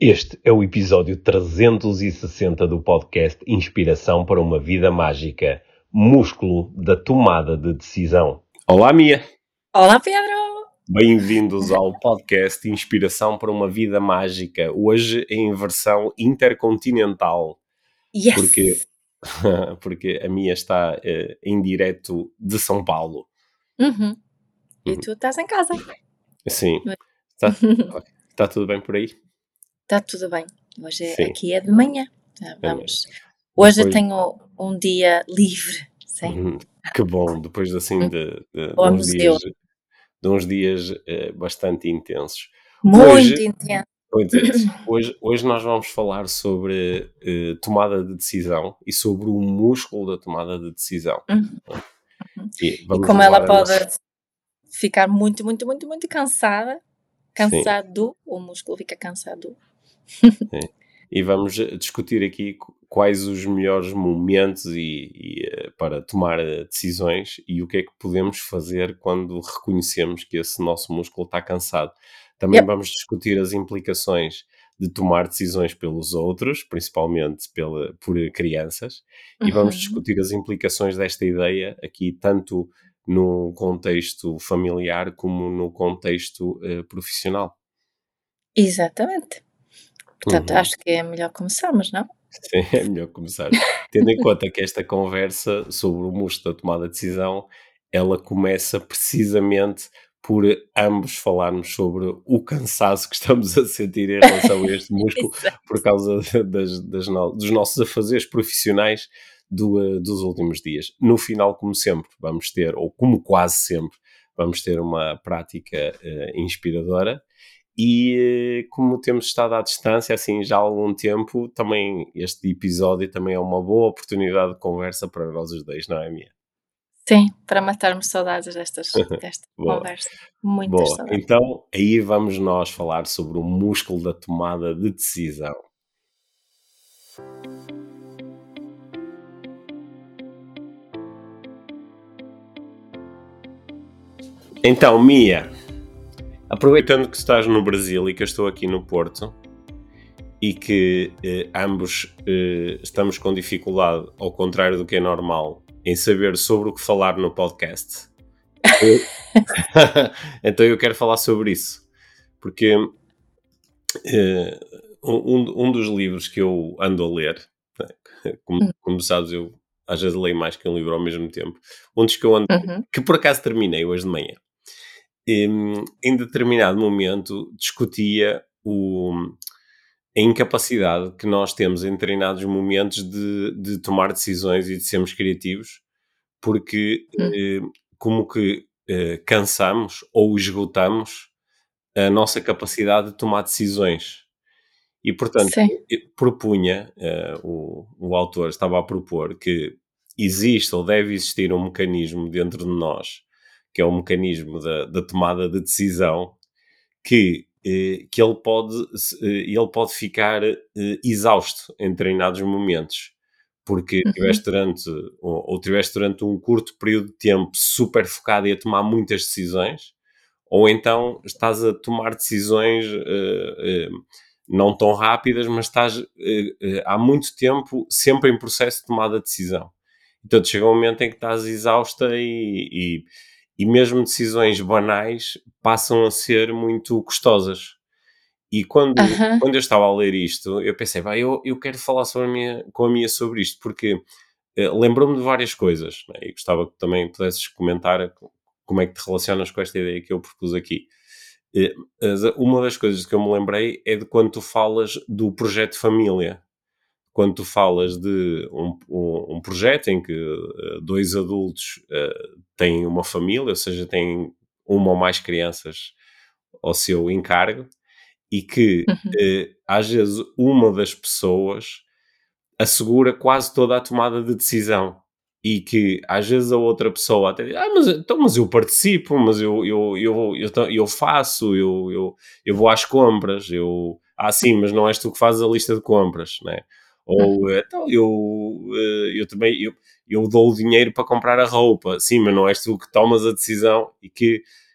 Este é o episódio 360 do podcast Inspiração para uma Vida Mágica. Músculo da tomada de decisão. Olá, Mia! Olá, Pedro! Bem-vindos ao podcast Inspiração para uma Vida Mágica. Hoje em versão intercontinental. Yes! Porque a Mia está em direto de São Paulo. E tu estás em casa? Sim. Está tudo bem por aí? Está tudo bem. Hoje Sim. aqui é de manhã. Vamos. Hoje eu tenho um dia livre. Sim. Que bom, depois assim de Ao uns museu. dias bastante intensos. Muito intenso. Hoje nós vamos falar sobre tomada de decisão e sobre o músculo da tomada de decisão. E vamos como levar ela a pode nossa- ficar muito cansada, Sim. cansado, o músculo fica cansado. E vamos discutir aqui quais os melhores momentos para tomar decisões e o que é que podemos fazer quando reconhecemos que esse nosso músculo está cansado. Também Yep. vamos discutir as implicações de tomar decisões pelos outros, principalmente por crianças, e vamos discutir as implicações desta ideia aqui, tanto no contexto familiar como no contexto profissional. Exatamente. Portanto, acho que é melhor começarmos, não? Sim, é melhor começar. Tendo em conta que esta conversa sobre o músculo da tomada de decisão, ela começa precisamente por ambos falarmos sobre o cansaço que estamos a sentir em relação a este músculo Exato. por causa dos nossos afazeres profissionais dos últimos dias. No final, como sempre, vamos ter, ou como quase sempre, vamos ter uma prática inspiradora. E como temos estado à distância, assim, já há algum tempo, também este episódio também é uma boa oportunidade de conversa para nós os dois, não é, Mia? Sim, para matarmos saudades desta Boa, conversa. Muitas boa. saudades. Então, aí vamos nós falar sobre o músculo da tomada de decisão. Então, Mia, aproveitando que estás no Brasil e que eu estou aqui no Porto, e que ambos estamos com dificuldade, ao contrário do que é normal, em saber sobre o que falar no podcast. Então eu quero falar sobre isso, porque um dos livros que eu ando a ler, como sabes, eu às vezes leio mais que um livro ao mesmo tempo, um dos que eu ando, que por acaso terminei hoje de manhã, em determinado momento discutia a incapacidade que nós temos em determinados momentos de tomar decisões e de sermos criativos, porque como que cansamos ou esgotamos a nossa capacidade de tomar decisões. E, portanto, Sim. propunha, o autor estava a propor que existe ou deve existir um mecanismo dentro de nós, que é o mecanismo da tomada de decisão, que ele pode ficar exausto em determinados momentos, porque tiveste durante um curto período de tempo super focado e a tomar muitas decisões, ou então estás a tomar decisões não tão rápidas, mas estás há muito tempo sempre em processo de tomada de decisão. Então chega um momento em que estás exausta e mesmo decisões banais passam a ser muito custosas. E quando eu estava a ler isto, eu pensei, eu quero falar com a Mia sobre isto, porque lembrou-me de várias coisas, né? E gostava que também pudesses comentar como é que te relacionas com esta ideia que eu propus aqui. Uma das coisas que eu me lembrei é de quando tu falas do projeto família. Quando tu falas de um projeto em que dois adultos têm uma família, ou seja, têm uma ou mais crianças ao seu encargo, e que às vezes uma das pessoas assegura quase toda a tomada de decisão, e que às vezes a outra pessoa até diz, mas eu participo, mas eu faço, eu vou às compras, sim, mas não és tu que fazes a lista de compras, né? Ou então eu também eu dou o dinheiro para comprar a roupa, sim, mas não és tu que tomas a decisão, e que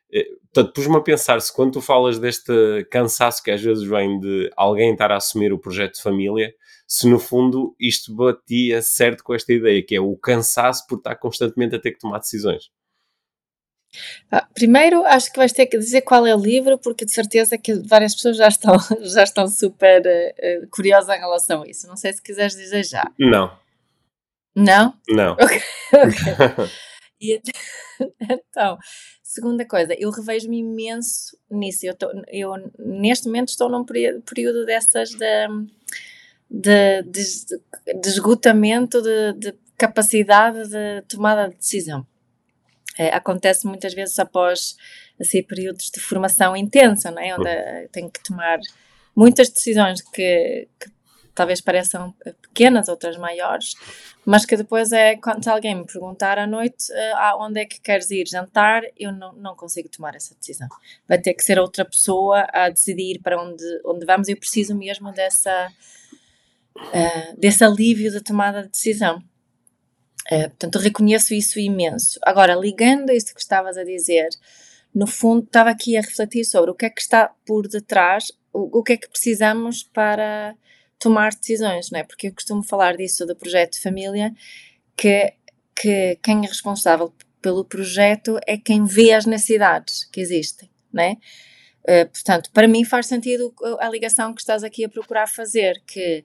Portanto, pus-me a pensar se quando tu falas deste cansaço que às vezes vem de alguém estar a assumir o projeto de família, se no fundo isto batia certo com esta ideia, que é o cansaço por estar constantemente a ter que tomar decisões. Primeiro, acho que vais ter que dizer qual é o livro, porque de certeza que várias pessoas já estão, já estão super curiosas em relação a isso. Não sei se quiseres dizer já. Não, Não? não. Ok, ok. E então, segunda coisa, eu revejo-me imenso nisso. Eu neste momento estou num período dessas de esgotamento de capacidade de tomada de decisão. Acontece muitas vezes após assim, períodos de formação intensa, não é? Onde tenho que tomar muitas decisões que talvez pareçam pequenas, outras maiores, mas que depois quando alguém me perguntar à noite onde é que queres ir jantar, eu não consigo tomar essa decisão. Vai ter que ser outra pessoa a decidir para onde vamos. Eu preciso mesmo desse alívio de tomada de decisão. Portanto, reconheço isso imenso. Agora, ligando a isso que estavas a dizer, no fundo, estava aqui a refletir sobre o que é que está por detrás, o que é que precisamos para tomar decisões, não é? Porque eu costumo falar disso do projeto de família, que quem é responsável pelo projeto é quem vê as necessidades que existem, não é? Portanto, para mim faz sentido a ligação que estás aqui a procurar fazer, que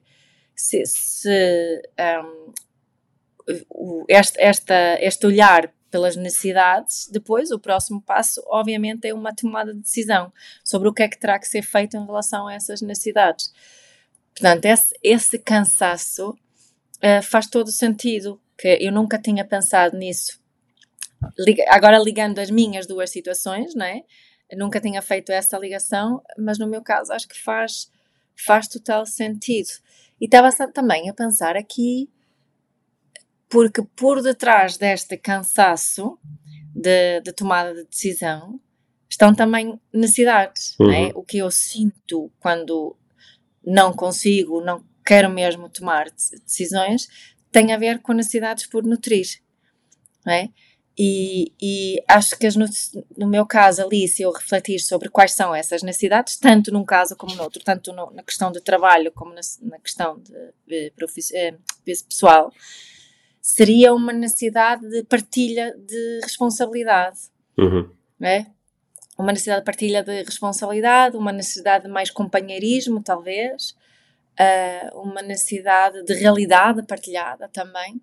este olhar pelas necessidades, depois o próximo passo obviamente é uma tomada de decisão sobre o que é que terá que ser feito em relação a essas necessidades. Portanto, esse cansaço faz todo sentido, que eu nunca tinha pensado nisso. Agora ligando as minhas duas situações, não é? Eu nunca tinha feito essa ligação, mas no meu caso acho que faz total sentido. E estava também a pensar aqui, porque por detrás deste cansaço de tomada de decisão estão também necessidades, não é? O que eu sinto quando não consigo, não quero mesmo tomar decisões, tem a ver com necessidades por nutrir, não é? E acho que no meu caso ali, se eu refletir sobre quais são essas necessidades, tanto num caso como no outro, tanto na questão de trabalho como na questão de pessoal, seria uma necessidade de partilha de responsabilidade, não é? Uma necessidade de partilha de responsabilidade, uma necessidade de mais companheirismo, talvez, uma necessidade de realidade partilhada também.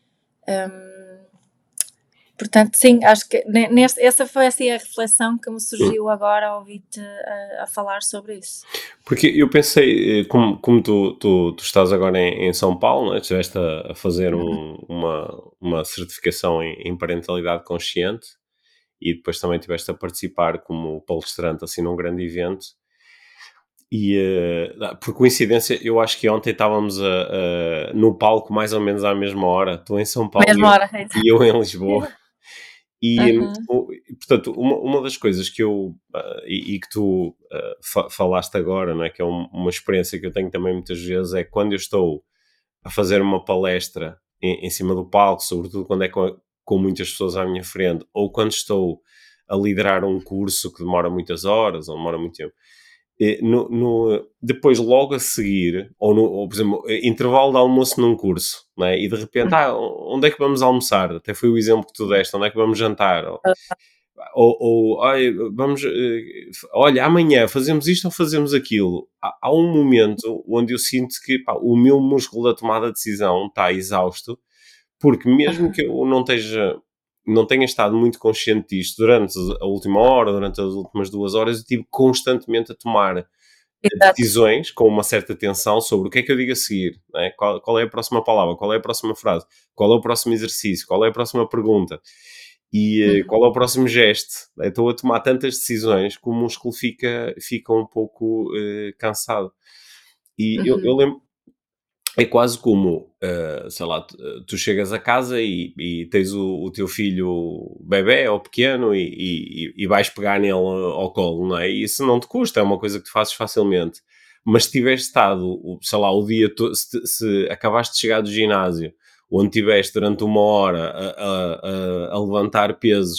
Portanto, sim, acho que essa foi assim a reflexão que me surgiu agora ao ouvir-te a falar sobre isso. Porque eu pensei, como tu estás agora em São Paulo, né? Estiveste a fazer uma certificação em parentalidade consciente e depois também estiveste a participar como palestrante assim num grande evento. E por coincidência, eu acho que ontem estávamos no palco mais ou menos à mesma hora. Tu em São Paulo Mesma hora, e eu em Lisboa. E, Uhum. portanto, uma das coisas que eu, e que tu falaste agora, não é? Que é uma experiência que eu tenho também muitas vezes, é quando eu estou a fazer uma palestra em cima do palco, sobretudo quando é com muitas pessoas à minha frente, ou quando estou a liderar um curso que demora muitas horas, ou demora muito tempo. Depois, logo a seguir, ou por exemplo, intervalo de almoço num curso, não é? E de repente, onde é que vamos almoçar? Até foi o exemplo que tu deste, onde é que vamos jantar? Olha, olha, amanhã fazemos isto ou fazemos aquilo. Há um momento onde eu sinto que o meu músculo da tomada de decisão está exausto, porque mesmo que eu não tenha estado muito consciente disto durante a última hora, durante as últimas 2 horas, eu estive constantemente a tomar Exato. decisões com uma certa tensão sobre o que é que eu digo a seguir, não é? Qual é a próxima palavra, qual é a próxima frase, qual é o próximo exercício, qual é a próxima pergunta e qual é o próximo gesto. Estou a tomar tantas decisões que o músculo fica um pouco cansado. E eu lembro, é quase como, sei lá, tu chegas a casa e tens o teu filho bebé ou pequeno e vais pegar nele ao colo, não é? E isso não te custa, é uma coisa que tu fazes facilmente. Mas se tiveres estado, sei lá, o dia todo, se acabaste de chegar do ginásio, onde estiveste durante 1 hora a levantar pesos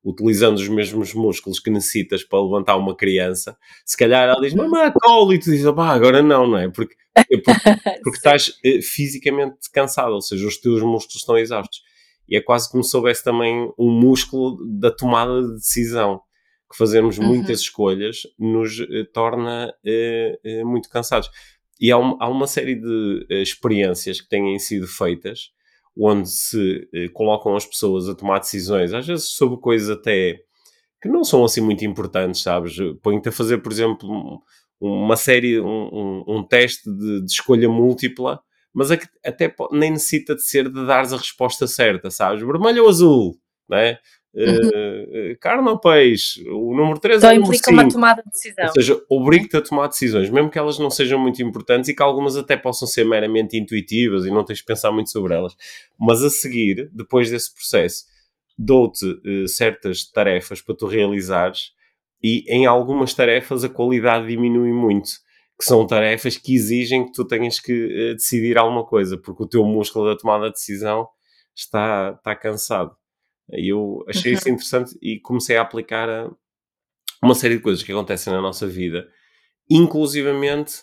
utilizando os mesmos músculos que necessitas para levantar uma criança, se calhar ela diz, mamãe, colo, e tu dizes, pá, agora não é? Porque Sim. estás fisicamente cansado, ou seja, os teus músculos estão exaustos. E é quase como se houvesse também um músculo da tomada de decisão, que fazermos muitas escolhas nos torna muito cansados. E há uma série de experiências que têm sido feitas onde se colocam as pessoas a tomar decisões, às vezes sobre coisas até que não são assim muito importantes, sabes? Põe-te a fazer, por exemplo, uma série, um teste de escolha múltipla, mas é que até nem necessita de ser de dares a resposta certa, sabes? Vermelho ou azul, não é? Carne ou peixe, o número 3 ou Só o número implica uma 5. tomada de Ou decisão. seja, obriga-te a tomar decisões, mesmo que elas não sejam muito importantes e que algumas até possam ser meramente intuitivas e não tens de pensar muito sobre elas. Mas a seguir, depois desse processo, dou-te certas tarefas para tu realizares e em algumas tarefas a qualidade diminui muito, que são tarefas que exigem que tu tenhas que decidir alguma coisa, porque o teu músculo da tomada de decisão está cansado. E eu achei isso interessante e comecei a aplicar a uma série de coisas que acontecem na nossa vida, inclusivamente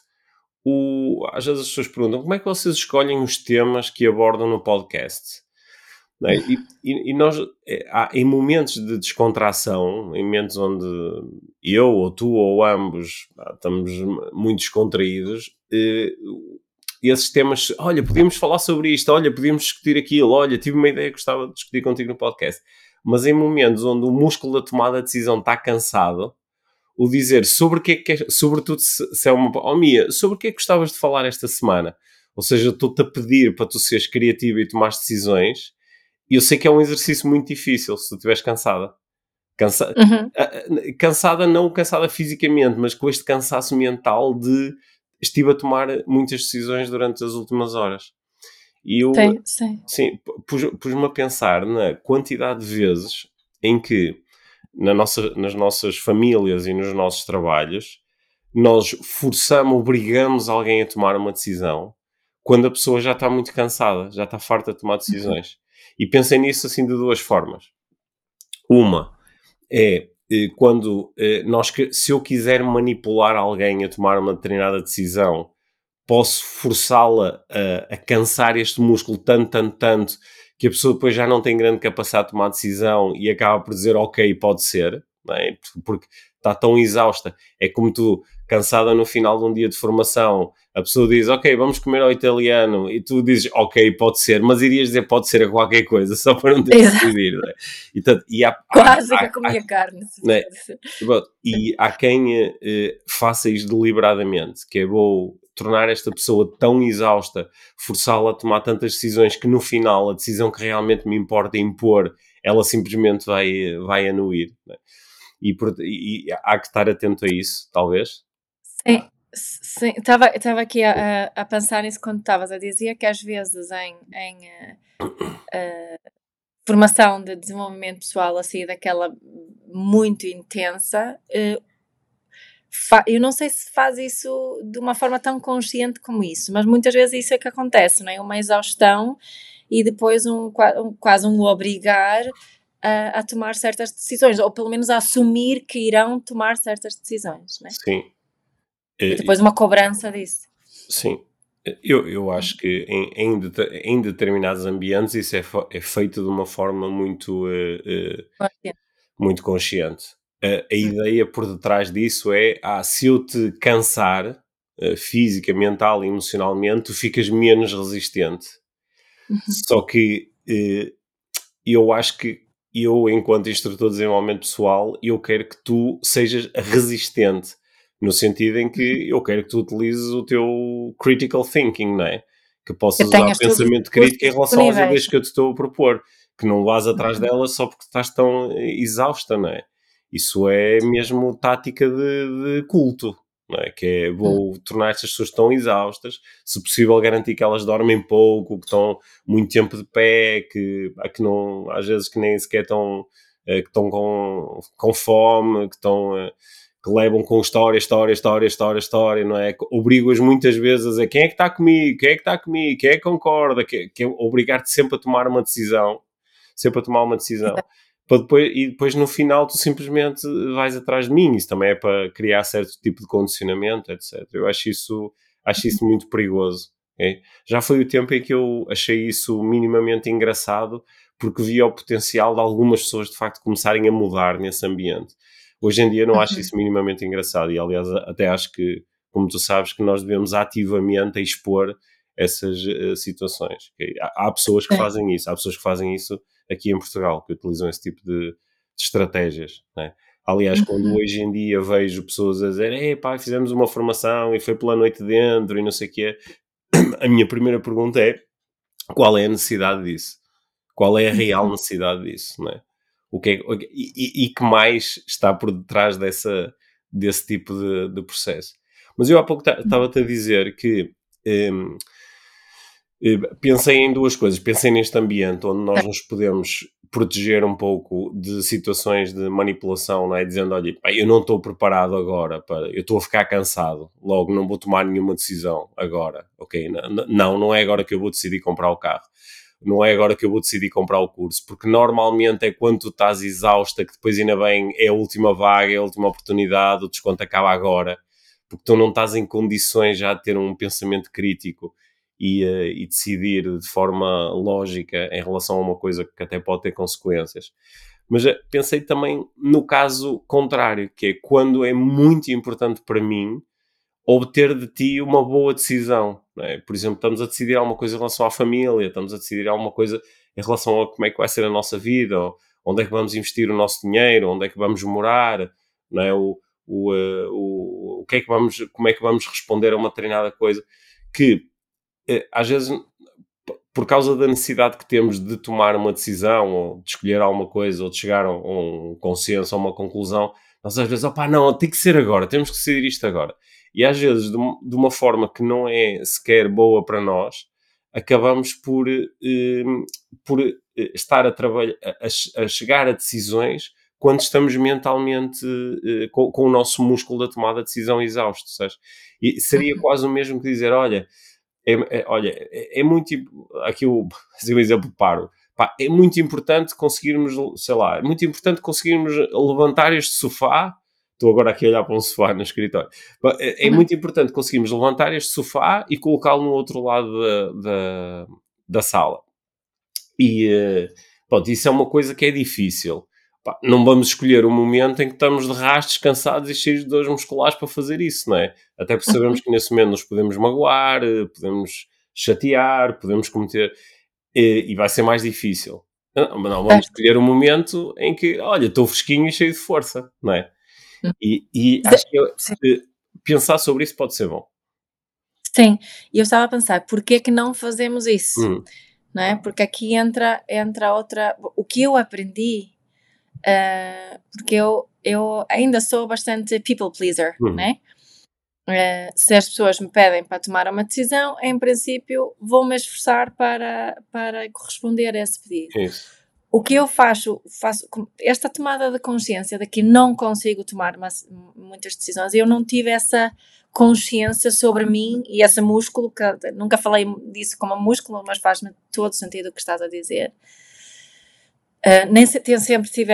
às vezes as pessoas perguntam como é que vocês escolhem os temas que abordam no podcast? Não é? E nós, em momentos de descontração, em momentos onde eu ou tu ou ambos estamos muito descontraídos, esses temas, olha, podíamos falar sobre isto, olha, podíamos discutir aquilo, olha, tive uma ideia que gostava de discutir contigo no podcast. Mas em momentos onde o músculo da tomada de decisão está cansado, o dizer sobre o que é que sobretudo se é uma. Oh, Mia, sobre o que é que gostavas de falar esta semana? Ou seja, estou-te a pedir para tu seres criativa e tomares decisões, e eu sei que é um exercício muito difícil se tu estiveres cansada. Cansa... Cansada, não cansada fisicamente, mas com este cansaço mental de estive a tomar muitas decisões durante as últimas horas. E eu, Sim, sim. sim, pus-me a pensar na quantidade de vezes em que nas nossas famílias e nos nossos trabalhos, nós obrigamos alguém a tomar uma decisão quando a pessoa já está muito cansada, já está farta de tomar decisões. E pensei nisso assim de duas formas. Uma é quando se eu quiser manipular alguém a tomar uma determinada decisão, posso forçá-la a cansar este músculo tanto, que a pessoa depois já não tem grande capacidade de tomar decisão e acaba por dizer ok, pode ser, não é? Porque está tão exausta. É como tu, cansada no final de um dia de formação, a pessoa diz ok, vamos comer ao italiano e tu dizes ok, pode ser, mas irias dizer pode ser a qualquer coisa, só para não ter que Exato. decidir, não é? E, portanto, Quase que eu comia carne, se né? pudesse. E há quem faça isto deliberadamente, que é vou tornar esta pessoa tão exausta, forçá-la a tomar tantas decisões que no final a decisão que realmente me importa impor, ela simplesmente vai anuir. Né? E há que estar atento a isso, talvez. Sim, sim. Estava aqui a pensar nisso quando estavas a dizer que às vezes formação de desenvolvimento pessoal, assim, daquela muito intensa, eu não sei se faz isso de uma forma tão consciente como isso, mas muitas vezes isso é que acontece, não é? Uma exaustão e depois quase um obrigar a tomar certas decisões, ou pelo menos a assumir que irão tomar certas decisões, né? Sim. E depois uma cobrança disso. Sim. Eu acho que em determinados ambientes isso é feito de uma forma Consciente. muito consciente. A ideia por detrás disso é, se eu te cansar, física, mental e emocionalmente, tu ficas menos resistente. Só que eu acho que eu, enquanto instrutor de desenvolvimento pessoal, eu quero que tu sejas resistente, no sentido em que eu quero que tu utilizes o teu critical thinking, não é? Que Que possas usar tenhas todos os pensamento crítico em recursos relação às disponíveis. ideias que eu te estou a propor, que não vás atrás delas só porque estás tão exausta, não é? Isso é mesmo tática de culto, não é? Que é, vou tornar estas pessoas tão exaustas, se possível garantir que elas dormem pouco, que estão muito tempo de pé, que não, às vezes que nem sequer estão, que estão com fome, que levam com história, não é? Obrigo-as muitas vezes a dizer quem é que está comigo, quem é que está comigo, quem é que concorda, que é obrigar-te sempre a tomar uma decisão, sempre a tomar uma decisão, Exato. e depois no final tu simplesmente vais atrás de mim. Isso também é para criar certo tipo de condicionamento, etc. Eu acho isso muito perigoso. Ok? Já foi o tempo em que eu achei isso minimamente engraçado, porque via o potencial de algumas pessoas de facto começarem a mudar nesse ambiente. Hoje em dia não acho isso minimamente engraçado, e aliás até acho que, como tu sabes, que nós devemos ativamente expor essas situações. Okay? Há pessoas que Sim. fazem isso, há pessoas que fazem isso aqui em Portugal, que utilizam esse tipo de estratégias. Né? Aliás, quando hoje em dia vejo pessoas a dizer, pá, fizemos uma formação e foi pela noite dentro e não sei o quê, a minha primeira pergunta é, qual é a necessidade disso? Qual é a real necessidade disso? Não é? E que mais está por detrás desse tipo de processo? Mas eu há pouco estava-te a dizer que hum, pensei em duas coisas. Pensei neste ambiente onde nós nos podemos proteger um pouco de situações de manipulação, não é? Dizendo, olha, pá, eu não estou preparado agora, eu estou a ficar cansado, logo não vou tomar nenhuma decisão agora, ok? Não é agora que eu vou decidir comprar o carro. Não é agora que eu vou decidir comprar o curso, porque normalmente é quando tu estás exausta que depois ainda bem é a última vaga, é a última oportunidade, o desconto acaba agora, porque tu não estás em condições já de ter um pensamento crítico e decidir de forma lógica em relação a uma coisa que até pode ter consequências. Mas pensei também no caso contrário, que é quando é muito importante para mim obter de ti uma boa decisão. Não é? Por exemplo, estamos a decidir alguma coisa em relação à família, estamos a decidir alguma coisa em relação a como é que vai ser a nossa vida, onde é que vamos investir o nosso dinheiro, onde é que vamos morar, não é? O que é que vamos, como é que vamos responder a uma determinada coisa, que às vezes, por causa da necessidade que temos de tomar uma decisão, ou de escolher alguma coisa, ou de chegar a um consenso, a uma conclusão, nós às vezes, opá, não, tem que ser agora, temos que decidir isto agora. E às vezes, de uma forma que não é sequer boa para nós, acabamos por estar a trabalhar, a chegar a decisões quando estamos mentalmente com o nosso músculo da tomada de decisão exausto, sabes? E seria quase o mesmo que dizer, olha, olha, é muito. Aqui o um exemplo paro. Pá, é muito importante conseguirmos, sei lá, é muito importante conseguirmos levantar este sofá. Estou agora aqui a olhar para um sofá no escritório. É muito importante conseguirmos levantar este sofá e colocá-lo no outro lado da sala. E, pronto, isso é uma coisa que é difícil. Pá, não vamos escolher um momento em que estamos de rastos, cansados e cheios de dores musculares para fazer isso, não é? Até porque sabemos que nesse momento nos podemos magoar, podemos chatear, podemos cometer... E vai ser mais difícil. Não, vamos Certo. escolher um momento em que, olha, estou fresquinho e cheio de força, não é? E Mas acho que pensar sobre isso pode ser bom. sim, e eu estava a pensar, porquê que não fazemos isso? Hum, Não é? Porque aqui entra outra. O que eu aprendi, porque eu ainda sou bastante people pleaser, uhum, né? Se as pessoas me pedem para tomar uma decisão, em princípio vou-me esforçar para corresponder a esse pedido. é isso. O que eu faço esta tomada de consciência de que não consigo tomar muitas decisões, eu não tive essa consciência sobre mim e esse músculo, que nunca falei disso como músculo, mas faz-me todo sentido o que estás a dizer. Nem sempre tive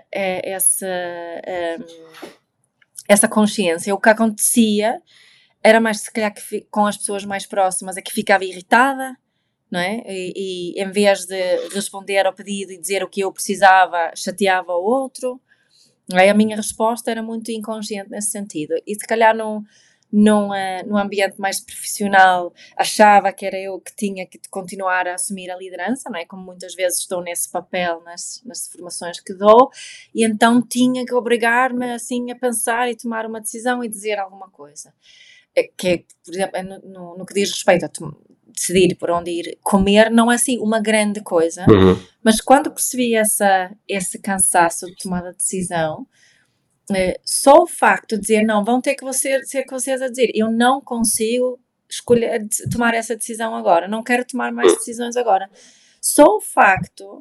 essa consciência. O que acontecia era mais, se calhar, com as pessoas mais próximas, é que ficava irritada, não é? E em vez de responder ao pedido e dizer o que eu precisava, chateava o outro. Não é? A minha resposta era muito inconsciente nesse sentido. E se calhar num ambiente mais profissional achava que era eu que tinha que continuar a assumir a liderança, não é? Como muitas vezes estou nesse papel nas formações que dou, e então tinha que obrigar-me assim a pensar e tomar uma decisão e dizer alguma coisa. Que é, por exemplo, no que diz respeito a decidir por onde ir comer, não é assim uma grande coisa, Uhum. mas quando percebi esse cansaço de tomar a decisão, só o facto de dizer não, vão ter que ser vocês a dizer, eu não consigo escolher tomar essa decisão agora, não quero tomar mais decisões agora. Só o facto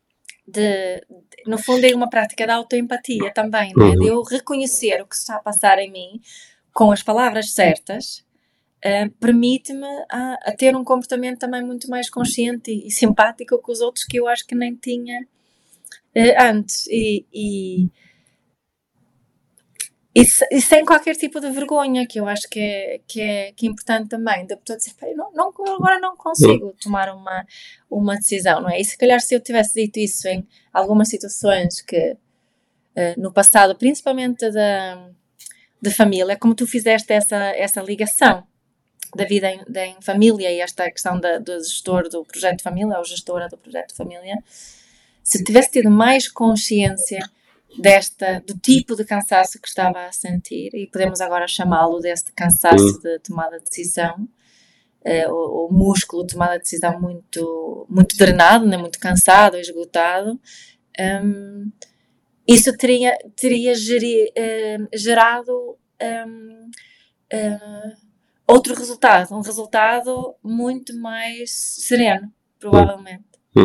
no fundo é uma prática de autoempatia também, não é? De Uhum. eu reconhecer o que se está a passar em mim com as palavras certas, permite-me a ter um comportamento também muito mais consciente e simpático com os outros, que eu acho que nem tinha antes e sem qualquer tipo de vergonha, que eu acho que é importante também, da pessoa dizer, agora não consigo tomar uma decisão, não é? E se calhar se eu tivesse dito isso em algumas situações que no passado, principalmente de família, como tu fizeste essa ligação da vida em família e esta questão do gestor do projeto de família ou gestora do projeto de família, se tivesse tido mais consciência do tipo de cansaço que estava a sentir, e podemos agora chamá-lo deste cansaço de tomada de decisão, o músculo de tomada de decisão muito, muito drenado, né, muito cansado, esgotado, isso teria gerado outro resultado, um resultado muito mais sereno, provavelmente.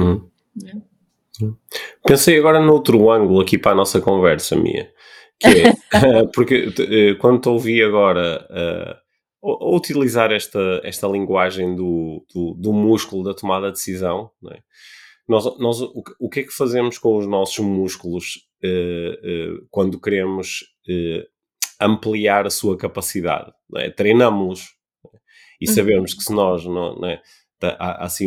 Pensei agora noutro ângulo aqui para a nossa conversa, Mia, que é, porque quando te ouvi agora utilizar esta linguagem do músculo da tomada de decisão, não é? Nós o que é que fazemos com os nossos músculos quando queremos ampliar a sua capacidade? Não é? Treinamos-los. E sabemos que se nós, não é? Há assim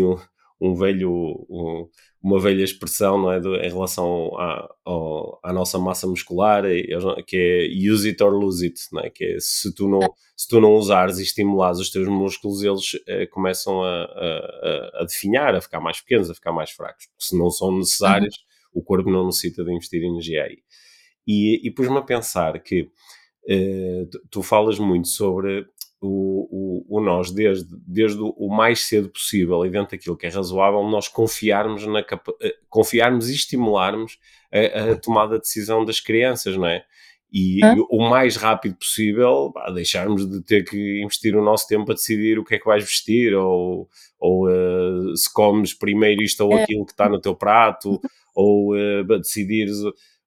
uma velha expressão, não é, em relação à nossa massa muscular, que é use it or lose it, não é? Que é, se tu não usares e estimulares os teus músculos, eles começam a definhar, a ficar mais pequenos, a ficar mais fracos. Se não são necessários, o corpo não necessita de investir energia aí. E pus-me a pensar que tu falas muito sobre o nós, desde o mais cedo possível e dentro daquilo que é razoável, nós confiarmos e estimularmos a tomada de decisão das crianças, não é? E o mais rápido possível, deixarmos de ter que investir o nosso tempo a decidir o que é que vais vestir ou se comes primeiro isto ou aquilo que está no teu prato, ou decidires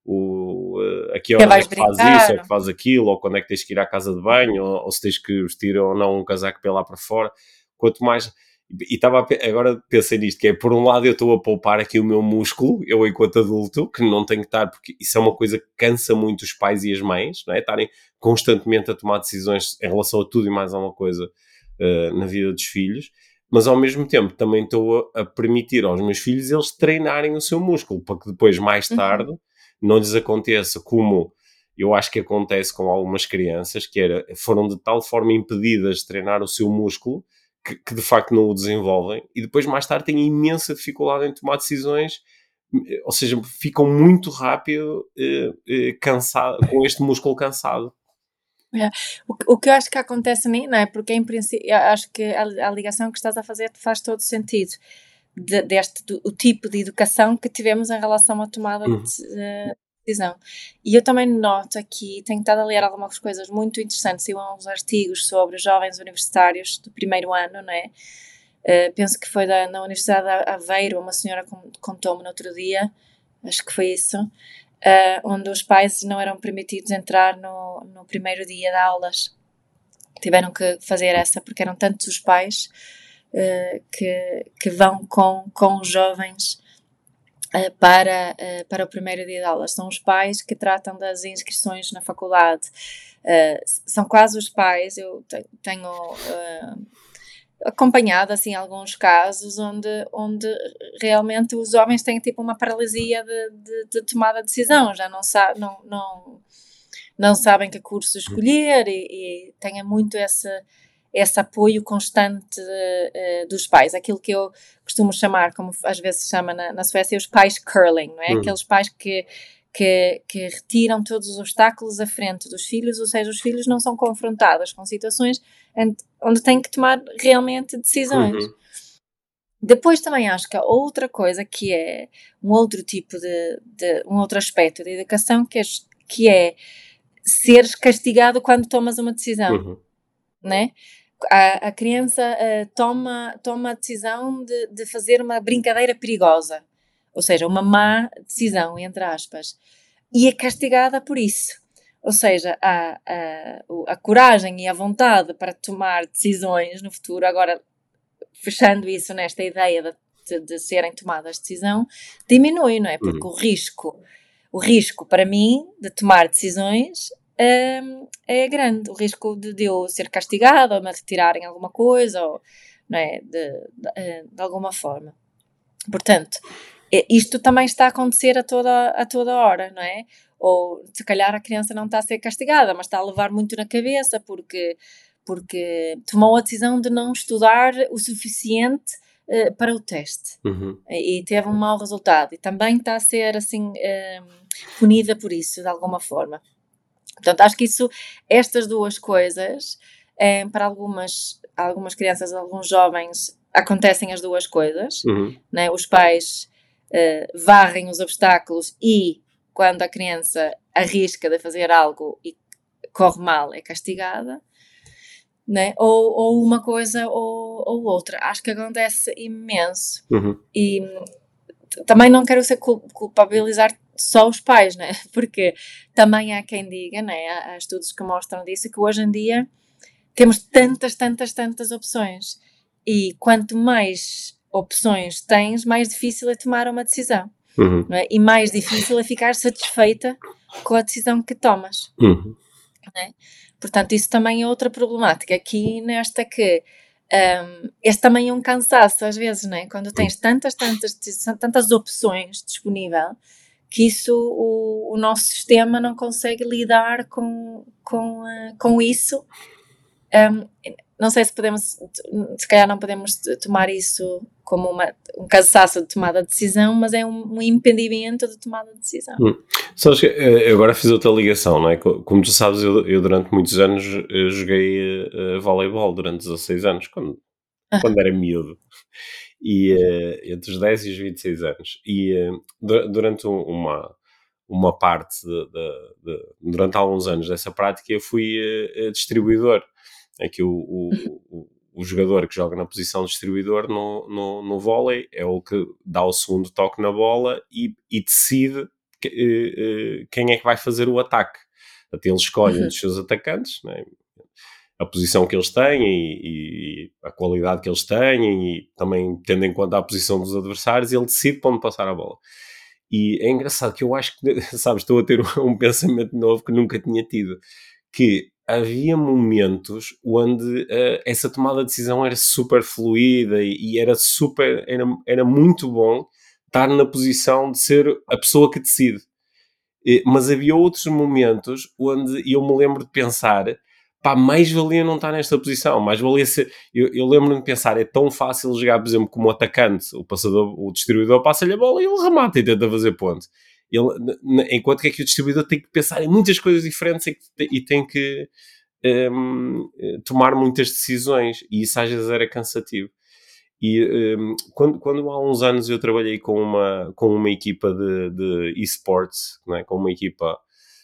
a que horas é que fazes isso, ou que fazes aquilo, ou quando é que tens que ir à casa de banho, ou se tens que vestir ou não um casaco para ir lá para fora. Quanto mais... E agora pensei nisto, que é, por um lado eu estou a poupar aqui o meu músculo, eu enquanto adulto, que não tenho que estar, porque isso é uma coisa que cansa muito os pais e as mães, não é? Estarem constantemente a tomar decisões em relação a tudo e mais alguma coisa na vida dos filhos, mas ao mesmo tempo também estou a permitir aos meus filhos eles treinarem o seu músculo, para que depois, mais tarde, não lhes aconteça como eu acho que acontece com algumas crianças, que foram de tal forma impedidas de treinar o seu músculo que de facto não o desenvolvem e depois mais tarde têm imensa dificuldade em tomar decisões, ou seja, ficam muito rápido cansado, com este músculo cansado. O que eu acho que acontece a mim, não é? Porque em princípio, acho que a ligação que estás a fazer faz todo sentido. O tipo de educação que tivemos em relação à tomada de decisão. E eu também noto aqui, tenho estado a ler algumas coisas muito interessantes, e uns artigos sobre jovens universitários do primeiro ano, não é? Penso que foi na Universidade de Aveiro, uma senhora contou-me no outro dia, acho que foi isso, onde os pais não eram permitidos entrar no primeiro dia de aulas. Tiveram que fazer essa, porque eram tantos os pais que vão com os jovens para o primeiro dia de aulas. São os pais que tratam das inscrições na faculdade. São quase os pais, eu tenho acompanhado assim alguns casos onde realmente os homens têm tipo uma paralisia de tomada de decisão, já não sabem que curso escolher e têm muito esse apoio constante dos pais, aquilo que eu costumo chamar, como às vezes se chama na Suécia, os pais curling, não é? Aqueles pais que retiram todos os obstáculos à frente dos filhos, ou seja, os filhos não são confrontados com situações onde têm que tomar realmente decisões. Depois também acho que há outra coisa que é um outro tipo um outro aspecto da educação que é seres castigado quando tomas uma decisão, né? A criança toma a decisão de fazer uma brincadeira perigosa, ou seja, uma má decisão, entre aspas, e é castigada por isso. Ou seja, a coragem e a vontade para tomar decisões no futuro, agora fechando isso nesta ideia da de serem tomadas de decisão diminui, não é? Porque o risco para mim de tomar decisões é grande. O risco de eu ser castigada ou me retirarem alguma coisa, ou, não é? De alguma forma. Portanto, isto também está a acontecer a toda hora, não é? Ou se calhar a criança não está a ser castigada, mas está a levar muito na cabeça porque tomou a decisão de não estudar o suficiente para o teste e teve um mau resultado e também está a ser assim punida por isso de alguma forma. Portanto, acho que estas duas coisas para algumas crianças, alguns jovens acontecem as duas coisas, né? Os pais varrem os obstáculos e quando a criança arrisca de fazer algo e corre mal é castigada, né? Ou uma coisa ou outra. Acho que acontece imenso. E também não quero ser culpabilizar só os pais, né? Porque também há quem diga, né? Há estudos que mostram disso, que hoje em dia temos tantas opções e quanto mais opções tens, mais difícil é tomar uma decisão, não é? E mais difícil é ficar satisfeita com a decisão que tomas, não é? Portanto, isso também é outra problemática aqui nesta que esse também é um cansaço às vezes, não é? Quando tens tantas opções disponíveis que isso o nosso sistema não consegue lidar com isso. Não sei se calhar não podemos tomar isso como um cansaço de tomada de decisão, mas é um impedimento de tomada de decisão. Sabes que eu agora fiz outra ligação, não é? Como tu sabes, eu durante muitos anos joguei voleibol durante 16 anos, quando era miúdo. E entre os 10 e os 26 anos. E durante uma parte, durante alguns anos dessa prática, eu fui distribuidor. É que o jogador que joga na posição de distribuidor no vôlei é o que dá o segundo toque na bola e decide quem é que vai fazer o ataque. Até ele escolhe um dos seus atacantes, né? A posição que eles têm e a qualidade que eles têm e também tendo em conta a posição dos adversários, ele decide para onde passar a bola. E é engraçado que eu acho que, sabes, estou a ter um pensamento novo que nunca tinha tido, que havia momentos onde essa tomada de decisão era super fluida e era muito bom estar na posição de ser a pessoa que decide. Mas havia outros momentos onde eu me lembro de pensar, pá, mais valia não estar nesta posição, mais valia ser... Eu lembro-me de pensar, é tão fácil jogar, por exemplo, como atacante, o distribuidor passa-lhe a bola e ele remata e tenta fazer ponto. Enquanto que aqui o distribuidor tem que pensar em muitas coisas diferentes e tem que tomar muitas decisões, e isso às vezes era cansativo. E quando há uns anos eu trabalhei com uma equipa de esports, não é? Com uma equipa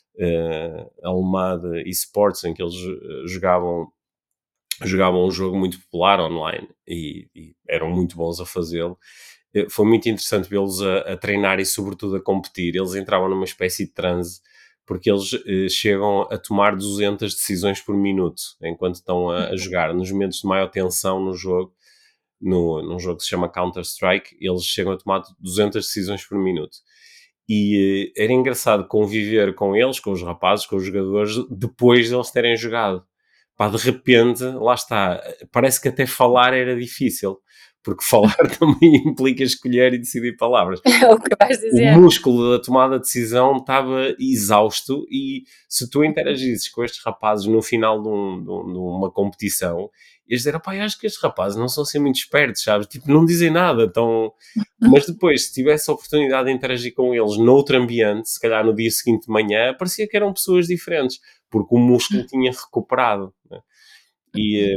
alemã de esports, em que eles jogavam um jogo muito popular online e eram muito bons a fazê-lo. Foi muito interessante vê-los a treinar e sobretudo a competir. Eles entravam numa espécie de transe, porque eles chegam a tomar 200 decisões por minuto enquanto estão a jogar. Nos momentos de maior tensão no jogo, num jogo que se chama Counter-Strike, eles chegam a tomar 200 decisões por minuto. E era engraçado conviver com eles, com os rapazes, com os jogadores, depois de eles terem jogado. Pá, de repente, lá está, parece que até falar era difícil, porque falar também implica escolher e decidir palavras. É o que vais dizer. O músculo da tomada de decisão estava exausto e se tu interagisses com estes rapazes no final de uma competição, eles dizer, pá, eu acho que estes rapazes não são assim muito espertos, sabes? Tipo, não dizem nada, então... Mas depois, se tivesse a oportunidade de interagir com eles noutro ambiente, se calhar no dia seguinte de manhã, parecia que eram pessoas diferentes, porque o músculo tinha recuperado, né? E...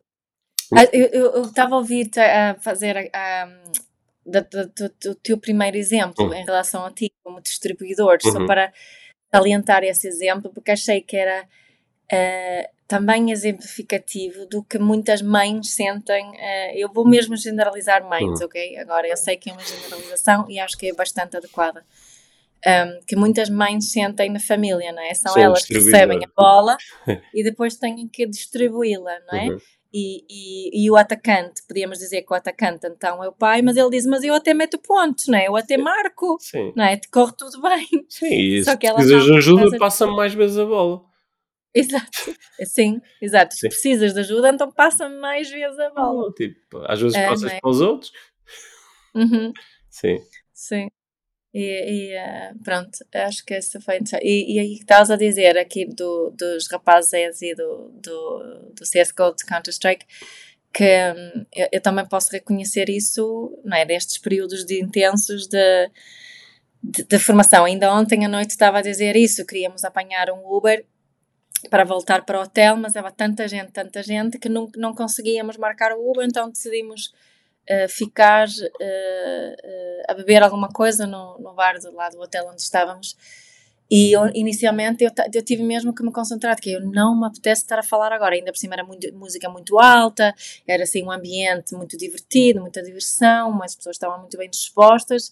Eu estava a ouvir-te a fazer do teu primeiro exemplo em relação a ti como distribuidor, só para salientar esse exemplo, porque achei que era também exemplificativo do que muitas mães sentem. Eu vou mesmo generalizar mães, ok? Agora, eu sei que é uma generalização e acho que é bastante adequada. Que muitas mães sentem na família, não é? São elas que recebem a bola e depois têm que distribuí-la, não é? e o atacante, podíamos dizer que o atacante então é o pai, mas ele diz, mas eu até meto pontos, não é? Eu até marco, Sim. não é? Corre tudo bem. Sim, e Só se que ela precisas de estava ajuda, passa-me mais vezes a bola. Exato, sim, exato. Se Sim. precisas de ajuda, então passa-me mais vezes a bola. Tipo, às vezes Não passas é? para os outros. Uhum, Sim. sim. Pronto, acho que essa foi interessante. E aí estavas a dizer aqui dos rapazes e do CSGO, de Counter-Strike, que eu também posso reconhecer isso, não é? Nestes períodos de intensos de formação. Ainda ontem à noite estava a dizer isso, queríamos apanhar um Uber para voltar para o hotel, mas havia tanta gente que não conseguíamos marcar o Uber, então decidimos ficar a beber alguma coisa no bar do lado do hotel onde estávamos. E inicialmente eu tive mesmo que me concentrar, que eu não me apetece estar a falar agora, ainda por cima era música muito alta, era assim um ambiente muito divertido, muita diversão, as pessoas estavam muito bem dispostas.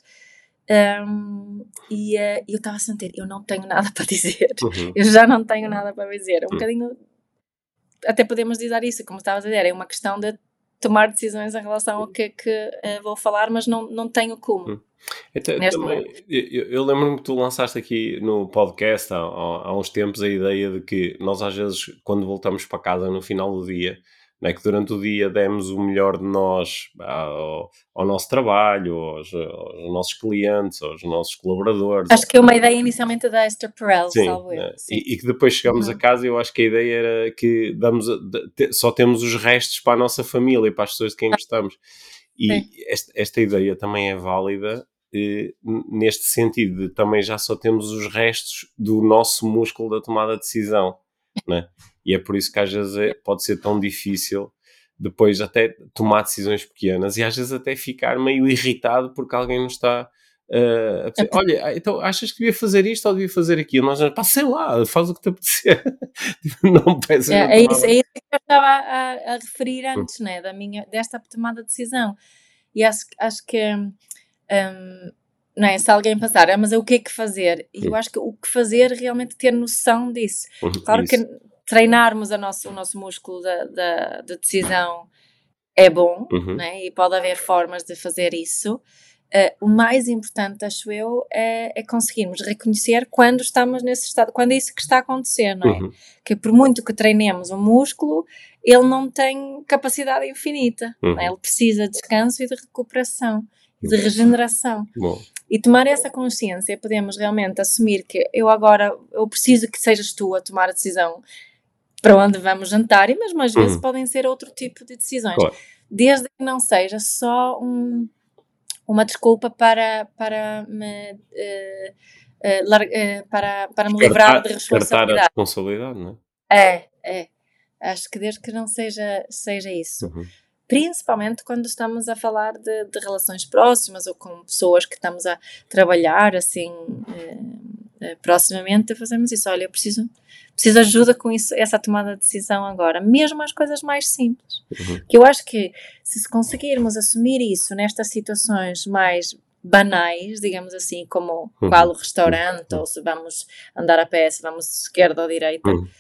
Eu estava a sentir, eu não tenho nada para dizer, eu já não tenho nada para dizer. Um bocadinho, até podemos dizer isso, como estavas a dizer, é uma questão de tomar decisões em relação ao que é que vou falar, mas não tenho como, Então, neste também, momento. eu lembro-me que tu lançaste aqui no podcast há uns tempos a ideia de que nós às vezes, quando voltamos para casa no final do dia, não é que durante o dia demos o melhor de nós ao nosso trabalho, aos nossos clientes, aos nossos colaboradores. Acho que é uma ideia inicialmente da Esther Perel, Sim, salvo eu. Sim. e que depois chegamos a casa e eu acho que a ideia era que só temos os restos para a nossa família e para as pessoas de quem gostamos. E esta ideia também é válida neste sentido de também já só temos os restos do nosso músculo da tomada de decisão, né? E é por isso que às vezes pode ser tão difícil depois até tomar decisões pequenas e às vezes até ficar meio irritado porque alguém nos está a dizer, olha, então achas que devia fazer isto ou devia fazer aquilo? Nós, pá, sei lá, faz o que te apetecer. Não peças a É tomada. isso que eu estava a referir antes, né, desta tomada de decisão. E acho que, não é, se alguém pensar, mas o que é que fazer? E eu acho que o que fazer é realmente ter noção disso. Claro que Isso. treinarmos o nosso músculo de decisão é bom, Uhum. né? E pode haver formas de fazer isso. O mais importante, acho eu, é conseguirmos reconhecer quando estamos nesse estado, quando é isso que está a acontecer, não é? Uhum. Que por muito que treinemos o músculo, ele não tem capacidade infinita, não é? Uhum. Ele precisa de descanso e de recuperação, e de regeneração. Bom. E tomar essa consciência, podemos realmente assumir que eu preciso que sejas tu a tomar a decisão para onde vamos jantar, e mesmo às vezes podem ser outro tipo de decisões, Claro. desde que não seja só uma desculpa para me, para me livrar de Descartar a responsabilidade. responsabilidade, não É. Acho que desde que não seja é? isso. Uhum. Principalmente quando estamos a falar de relações próximas ou com pessoas que estamos a trabalhar assim proximamente, fazemos isso. Olha, eu preciso de ajuda com isso, essa tomada de decisão agora, mesmo as coisas mais simples. Uhum. Que eu acho que se conseguirmos assumir isso nestas situações mais banais, digamos assim, como qual o restaurante, ou se vamos andar a pé, se vamos de esquerda ou direita, Uhum.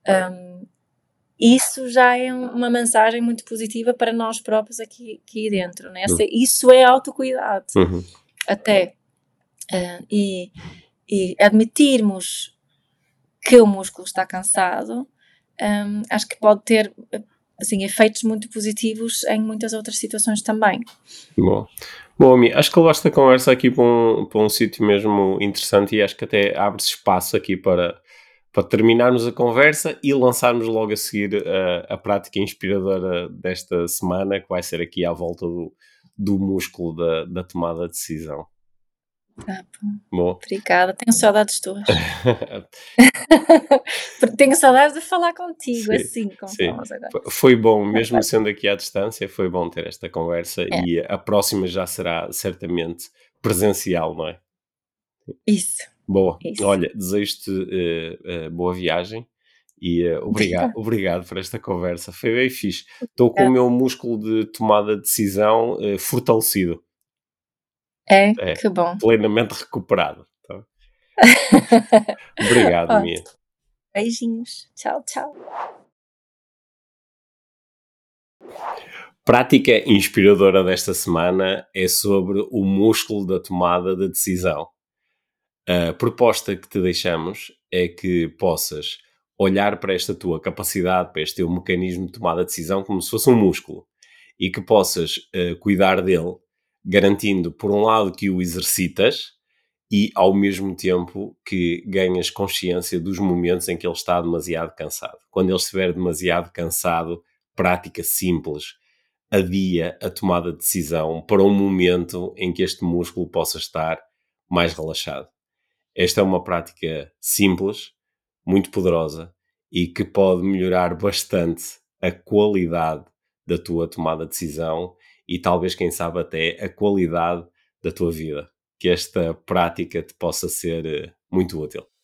isso já é uma mensagem muito positiva para nós próprios aqui dentro, né? Isso é autocuidado, Uhum. até. E admitirmos que o músculo está cansado, acho que pode ter assim, efeitos muito positivos em muitas outras situações também. Bom, Ami, acho que levaste a conversa aqui para um sítio mesmo interessante e acho que até abre-se espaço aqui para terminarmos a conversa e lançarmos logo a seguir a prática inspiradora desta semana, que vai ser aqui à volta do músculo da tomada de decisão. Bom. Obrigada, tenho saudades tuas. Porque tenho saudades de falar contigo, Sim, assim, como sim. falamos agora. Foi bom, mesmo sendo aqui à distância, foi bom ter esta conversa É, e a próxima já será certamente presencial, não é? isso. Boa. Isso. Olha, desejo-te boa viagem e obrigado por esta conversa. Foi bem fixe. Estou com o meu músculo de tomada de decisão fortalecido. É, Que bom. plenamente recuperado. Tá? Obrigado, Mia. Beijinhos. Tchau, tchau. Prática inspiradora desta semana é sobre o músculo da tomada de decisão. A proposta que te deixamos é que possas olhar para esta tua capacidade, para este teu mecanismo de tomada de decisão, como se fosse um músculo e que possas cuidar dele, garantindo, por um lado, que o exercitas e, ao mesmo tempo, que ganhas consciência dos momentos em que ele está demasiado cansado. Quando ele estiver demasiado cansado, prática simples, adia a tomada de decisão para um momento em que este músculo possa estar mais relaxado. Esta é uma prática simples, muito poderosa e que pode melhorar bastante a qualidade da tua tomada de decisão e talvez, quem sabe, até a qualidade da tua vida. Que esta prática te possa ser muito útil.